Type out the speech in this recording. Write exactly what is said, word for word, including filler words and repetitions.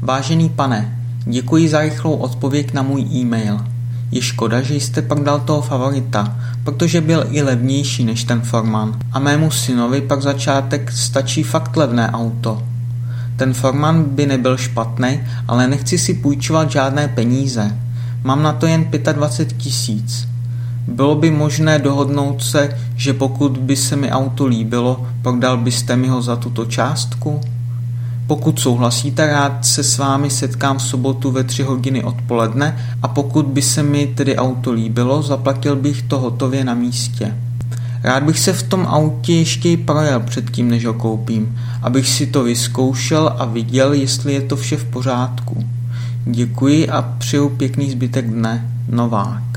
Vážený pane, děkuji za rychlou odpověď na můj e-mail. Je škoda, že jste pak dal toho favorita, protože byl i levnější než ten Forman. A mému synovi pak začátek stačí fakt levné auto. Ten Forman by nebyl špatný, ale nechci si půjčovat žádné peníze. Mám na to jen dvacet pět tisíc. Bylo by možné dohodnout se, že pokud by se mi auto líbilo, prodal byste mi ho za tuto částku? Pokud souhlasíte, rád se s vámi setkám v sobotu ve tři hodiny odpoledne a pokud by se mi tedy auto líbilo, zaplatil bych to hotově na místě. Rád bych se v tom autě ještě i projel předtím, než ho koupím, abych si to vyzkoušel a viděl, jestli je to vše v pořádku. Děkuji a přeju pěkný zbytek dne. Novák.